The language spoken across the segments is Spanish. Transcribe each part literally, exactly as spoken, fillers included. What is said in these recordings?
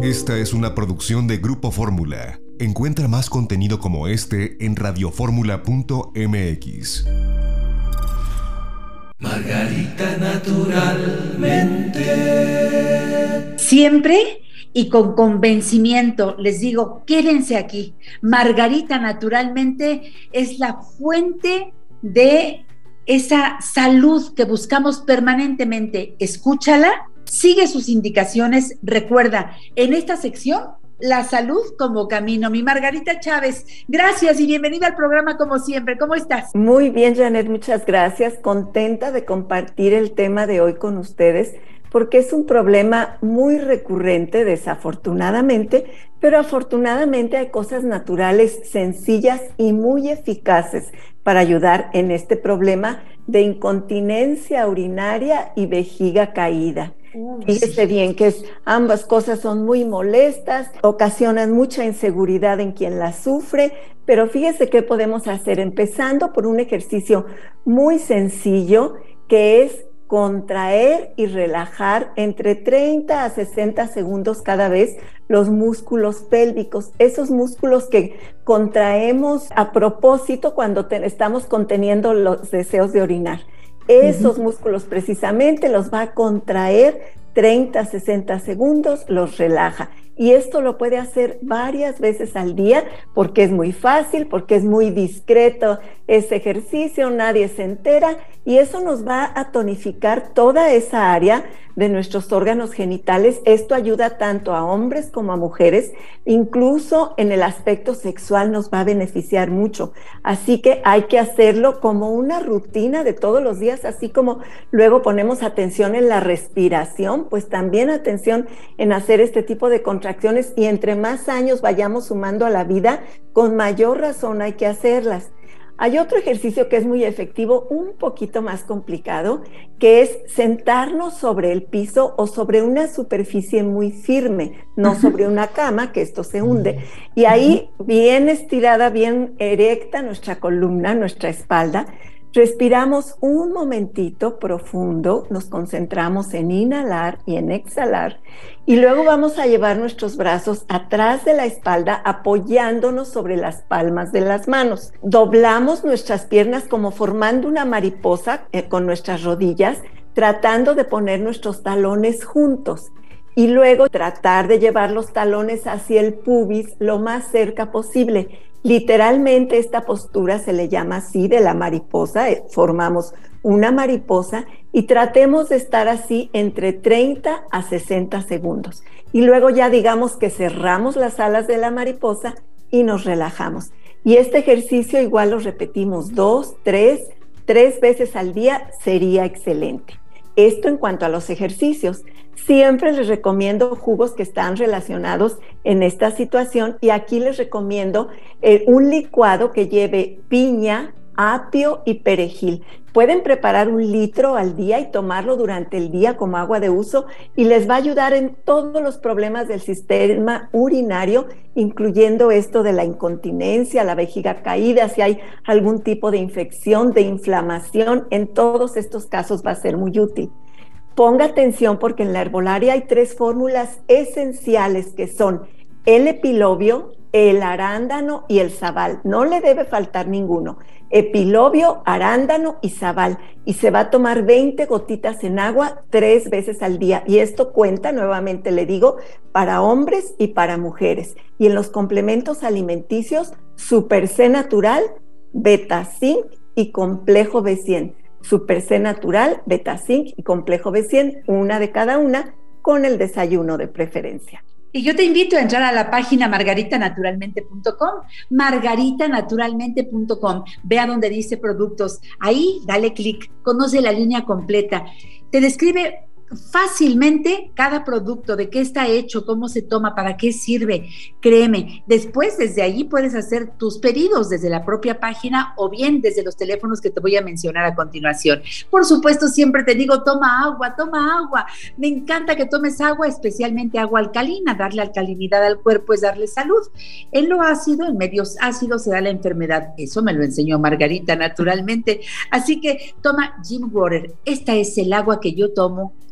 Esta es una producción de Grupo Fórmula. Encuentra más contenido como este en radioformula punto m x. Margarita naturalmente. Siempre y con convencimiento les digo, quédense aquí. Margarita naturalmente es la fuente de esa salud que buscamos permanentemente. Escúchala, sigue sus indicaciones. Recuerda, en esta sección, la salud como camino. Mi Margarita Chávez, gracias y bienvenida al programa como siempre. ¿Cómo estás? Muy bien, Janet, muchas gracias. Contenta de compartir el tema de hoy con ustedes, porque es un problema muy recurrente, desafortunadamente, pero afortunadamente hay cosas naturales sencillas y muy eficaces para ayudar en este problema de incontinencia urinaria y vejiga caída. Uh, Fíjese sí. bien que es, ambas cosas son muy molestas, ocasionan mucha inseguridad en quien las sufre, pero fíjese qué podemos hacer, empezando por un ejercicio muy sencillo que es contraer y relajar entre treinta a sesenta segundos cada vez los músculos pélvicos, esos músculos que contraemos a propósito cuando te, estamos conteniendo los deseos de orinar. Esos uh-huh. músculos precisamente los va a contraer treinta a sesenta segundos, los relaja. Y esto lo puede hacer varias veces al día porque es muy fácil, porque es muy discreto ese ejercicio, nadie se entera y eso nos va a tonificar toda esa área de nuestros órganos genitales. Esto ayuda tanto a hombres como a mujeres, incluso en el aspecto sexual nos va a beneficiar mucho. Así que hay que hacerlo como una rutina de todos los días, así como luego ponemos atención en la respiración, pues también atención en hacer este tipo de contracciones y entre más años vayamos sumando a la vida, con mayor razón hay que hacerlas. Hay otro ejercicio que es muy efectivo, un poquito más complicado, que es sentarnos sobre el piso o sobre una superficie muy firme, no sobre una cama, que esto se hunde. Y ahí, bien estirada, bien erecta nuestra columna, nuestra espalda, respiramos un momentito profundo, nos concentramos en inhalar y en exhalar y luego vamos a llevar nuestros brazos atrás de la espalda apoyándonos sobre las palmas de las manos. Doblamos nuestras piernas como formando una mariposa eh, con nuestras rodillas, tratando de poner nuestros talones juntos. Y luego tratar de llevar los talones hacia el pubis lo más cerca posible. Literalmente esta postura se le llama así de la mariposa, eh, formamos una mariposa y tratemos de estar así entre treinta a sesenta segundos. Y luego ya digamos que cerramos las alas de la mariposa y nos relajamos. Y este ejercicio igual lo repetimos dos, tres, tres veces al día, sería excelente. Esto en cuanto a los ejercicios. Siempre les recomiendo jugos que están relacionados en esta situación y aquí les recomiendo eh, un licuado que lleve piña, apio y perejil. Pueden preparar un litro al día y tomarlo durante el día como agua de uso y les va a ayudar en todos los problemas del sistema urinario, incluyendo esto de la incontinencia, la vejiga caída, si hay algún tipo de infección, de inflamación, en todos estos casos va a ser muy útil. Ponga atención porque en la herbolaria hay tres fórmulas esenciales que son el epilobio, el arándano y el sabal. No le debe faltar ninguno. Epilobio, arándano y sabal. Y se va a tomar veinte gotitas en agua tres veces al día. Y esto cuenta, nuevamente le digo, para hombres y para mujeres. Y en los complementos alimenticios, Super C Natural, Beta-Zinc y Complejo B cien. Super C Natural, Beta-Zinc y Complejo B cien, una de cada una, con el desayuno de preferencia. Y yo te invito a entrar a la página margarita naturalmente punto com, margarita naturalmente punto com. Vea donde dice productos. Ahí, dale clic, conoce la línea completa. Te describe fácilmente cada producto, de qué está hecho, cómo se toma, para qué sirve. Créeme, después desde allí puedes hacer tus pedidos desde la propia página o bien desde los teléfonos que te voy a mencionar a continuación. Por supuesto, siempre te digo, toma agua, toma agua. Me encanta que tomes agua, especialmente agua alcalina. Darle alcalinidad al cuerpo es darle salud. En lo ácido, en medios ácidos se da la enfermedad. Eso me lo enseñó Margarita naturalmente. Así que toma Jim Water. Esta es el agua que yo tomo, que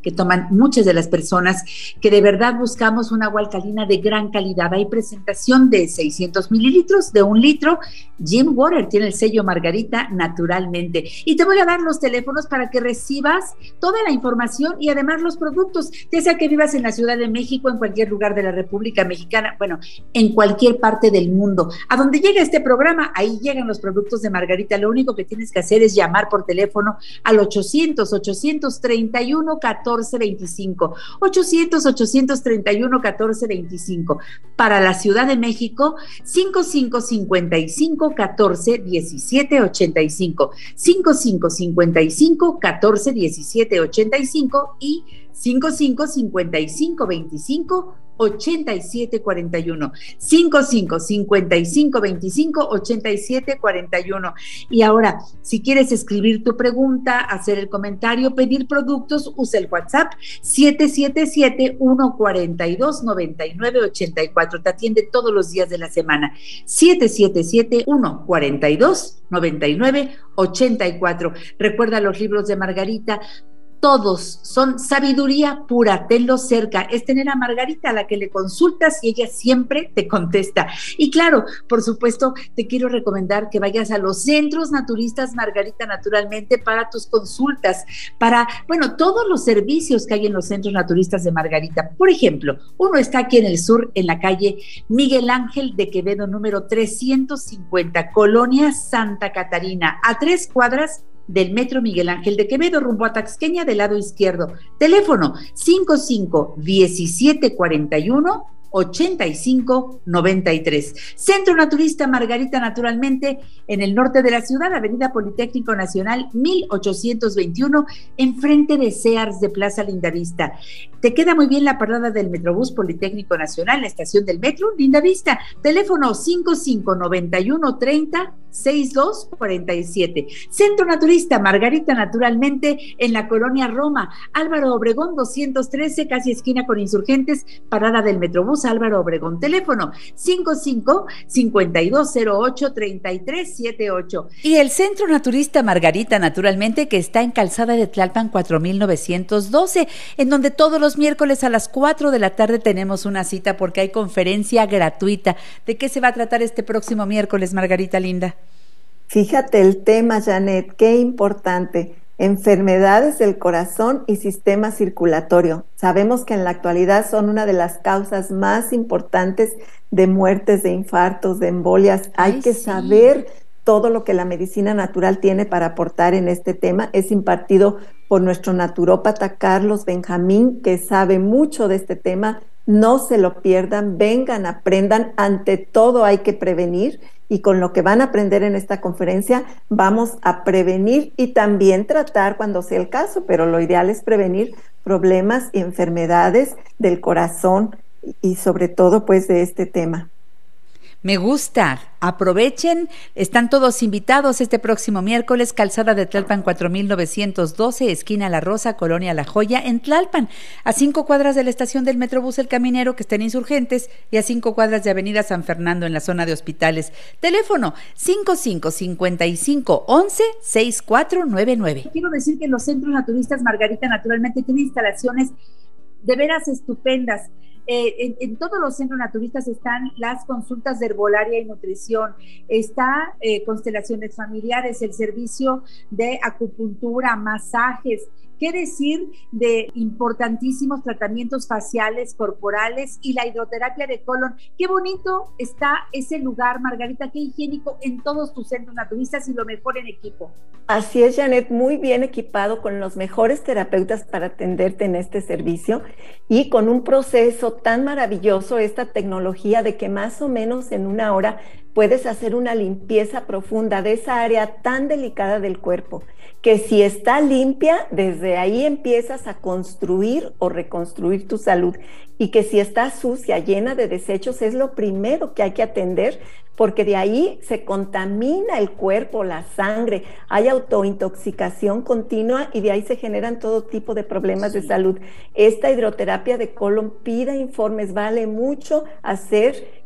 que toman muchas de las personas que de verdad buscamos un agua alcalina de gran calidad. Hay presentación de seiscientos mililitros, de un litro. Jim Water tiene el sello Margarita Naturalmente. Y te voy a dar los teléfonos para que recibas toda la información y además los productos, ya sea que vivas en la Ciudad de México, en cualquier lugar de la República Mexicana, bueno, en cualquier parte del mundo. A donde llega este programa, ahí llegan los productos de Margarita. Lo único que tienes que hacer es llamar por teléfono al ochocientos, ochocientos treinta y uno, catorce veinticinco. ochocientos, ochocientos treinta y uno, catorce veinticinco. Para la Ciudad de México, cincuenta y cinco cincuenta y cinco, catorce diecisiete ochenta y cinco. cincuenta y cinco cincuenta y cinco, catorce diecisiete ochenta y cinco y cincuenta y cinco cincuenta y cinco veinticinco ochenta y siete cuarenta y uno. cincuenta y cinco cincuenta y cinco veinticinco ochenta y siete cuarenta y uno. Y ahora, si quieres escribir tu pregunta, hacer el comentario, pedir productos, usa el WhatsApp siete siete siete, uno cuatro dos, nueve nueve ocho cuatro. Te atiende todos los días de la semana. siete siete siete, uno cuatro dos, nueve nueve ocho cuatro. Recuerda los libros de Margarita. Todos son sabiduría pura, tenlo cerca. Es tener a Margarita a la que le consultas y ella siempre te contesta. Y claro, por supuesto, te quiero recomendar que vayas a los centros naturistas Margarita Naturalmente para tus consultas, para, bueno, todos los servicios que hay en los centros naturistas de Margarita. Por ejemplo, uno está aquí en el sur, en la calle Miguel Ángel de Quevedo, número trescientos cincuenta, Colonia Santa Catarina, a tres cuadras del Metro Miguel Ángel de Quevedo, rumbo a Taxqueña, del lado izquierdo. Teléfono cincuenta y cinco, diecisiete cuarenta y uno, ochenta y cinco noventa y tres. Centro Naturista Margarita Naturalmente, en el norte de la ciudad, Avenida Politécnico Nacional mil ochocientos veintiuno, enfrente de Sears de Plaza Lindavista. Te queda muy bien la parada del Metrobús Politécnico Nacional, la estación del metro Lindavista. Teléfono cincuenta y cinco noventa y uno treinta sesenta y dos cuarenta y siete. Centro Naturista Margarita Naturalmente, en la colonia Roma, Álvaro Obregón doscientos trece, casi esquina con Insurgentes, parada del Metrobús Álvaro Obregón. Teléfono cincuenta y cinco, cincuenta y dos cero ocho, treinta y tres setenta y ocho. Y el Centro Naturista Margarita Naturalmente, que está en Calzada de Tlalpan cuatro mil novecientos doce, en donde todos los miércoles a las cuatro de la tarde tenemos una cita porque hay conferencia gratuita. ¿De qué se va a tratar este próximo miércoles, Margarita linda? Fíjate el tema, Janet, qué importante. Enfermedades del corazón y sistema circulatorio. Sabemos que en la actualidad son una de las causas más importantes de muertes, de infartos, de embolias. Hay Ay, que sí. saber todo lo que la medicina natural tiene para aportar en este tema. Es impartido por nuestro naturópata Carlos Benjamín, que sabe mucho de este tema. No se lo pierdan, vengan, aprendan. Ante todo hay que prevenir, y con lo que van a aprender en esta conferencia vamos a prevenir y también tratar cuando sea el caso, pero lo ideal es prevenir problemas y enfermedades del corazón y sobre todo pues de este tema. Me gusta, aprovechen, están todos invitados este próximo miércoles, Calzada de Tlalpan cuatro mil novecientos doce, esquina La Rosa, Colonia La Joya, en Tlalpan, a cinco cuadras de la estación del Metrobús El Caminero, que está en Insurgentes, y a cinco cuadras de Avenida San Fernando, en la zona de hospitales. Teléfono cincuenta y cinco, cincuenta y cinco, once, sesenta y cuatro noventa y nueve. Quiero decir que los centros naturistas Margarita Naturalmente tienen instalaciones de veras estupendas. Eh, en, en todos los centros naturistas están las consultas de herbolaria y nutrición, está eh, constelaciones familiares, el servicio de acupuntura, masajes, qué decir de importantísimos tratamientos faciales, corporales y la hidroterapia de colon. Qué bonito está ese lugar, Margarita, qué higiénico en todos tus centros naturistas y lo mejor en equipo. Así es, Janet, muy bien equipado con los mejores terapeutas para atenderte en este servicio y con un proceso tan maravilloso, esta tecnología de que más o menos en una hora puedes hacer una limpieza profunda de esa área tan delicada del cuerpo, que si está limpia, desde ahí empiezas a construir o reconstruir tu salud, y que si está sucia, llena de desechos, es lo primero que hay que atender, porque de ahí se contamina el cuerpo, la sangre, hay autointoxicación continua y de ahí se generan todo tipo de problemas de salud. Esta hidroterapia de colon, pida informes, vale mucho hacer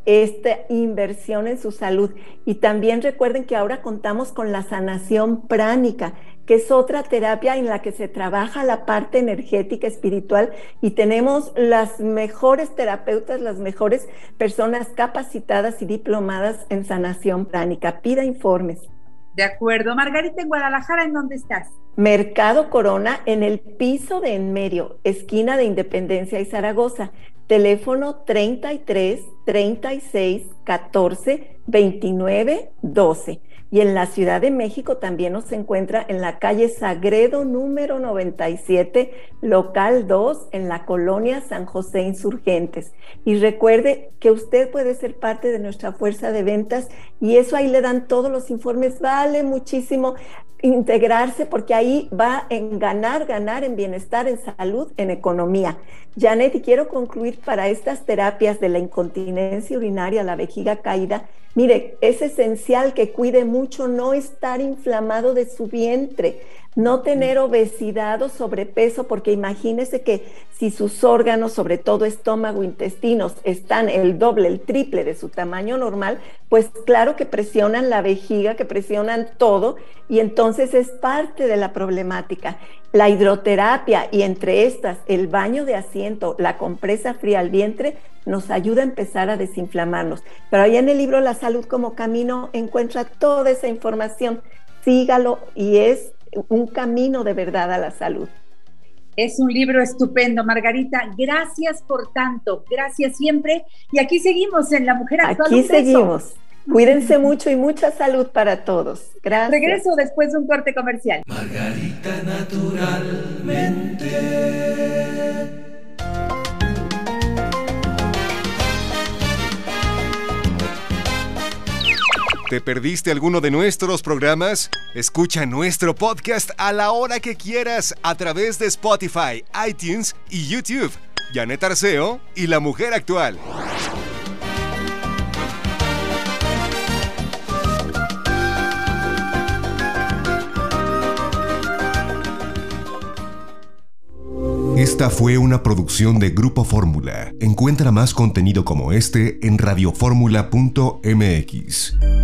esta inversión en su salud. Y también recuerden que ahora contamos con la sanación pránica, que es otra terapia en la que se trabaja la parte energética espiritual, y tenemos las mejores terapeutas, las mejores personas capacitadas y diplomadas en sanación pránica. Pida informes. De acuerdo. Margarita, en Guadalajara, ¿en dónde estás? Mercado Corona, en el piso de en medio, esquina de Independencia y Zaragoza. Teléfono treinta y tres, treinta y seis, catorce, veintinueve, doce. Y en la Ciudad de México también nos encuentra en la calle Sagredo número noventa y siete, local dos, en la colonia San José Insurgentes. Y recuerde que usted puede ser parte de nuestra fuerza de ventas, y eso ahí le dan todos los informes. Vale muchísimo integrarse, porque ahí va en ganar, ganar en bienestar, en salud, en economía. Janet, y quiero concluir para estas terapias de la incontinencia urinaria, la vejiga caída. Mire, es esencial que cuide mucho no estar inflamado de su vientre, no tener obesidad o sobrepeso, porque imagínese que si sus órganos, sobre todo estómago, intestinos, están el doble, el triple de su tamaño normal, pues claro que presionan la vejiga, que presionan todo, y entonces es parte de la problemática. La hidroterapia, y entre estas el baño de asiento, la compresa fría al vientre, nos ayuda a empezar a desinflamarnos. Pero ahí en el libro La Salud como Camino encuentra toda esa información. Sígalo, y es un camino de verdad a la salud. Es un libro estupendo, Margarita. Gracias por tanto, gracias siempre. Y aquí seguimos en La Mujer Actual. Aquí seguimos. Cuídense mucho y mucha salud para todos. Gracias. Regreso después de un corte comercial. Margarita naturalmente. ¿Te perdiste alguno de nuestros programas? Escucha nuestro podcast a la hora que quieras a través de Spotify, iTunes y YouTube. Janet Arceo y La Mujer Actual. Esta fue una producción de Grupo Fórmula. Encuentra más contenido como este en radioformula punto m x.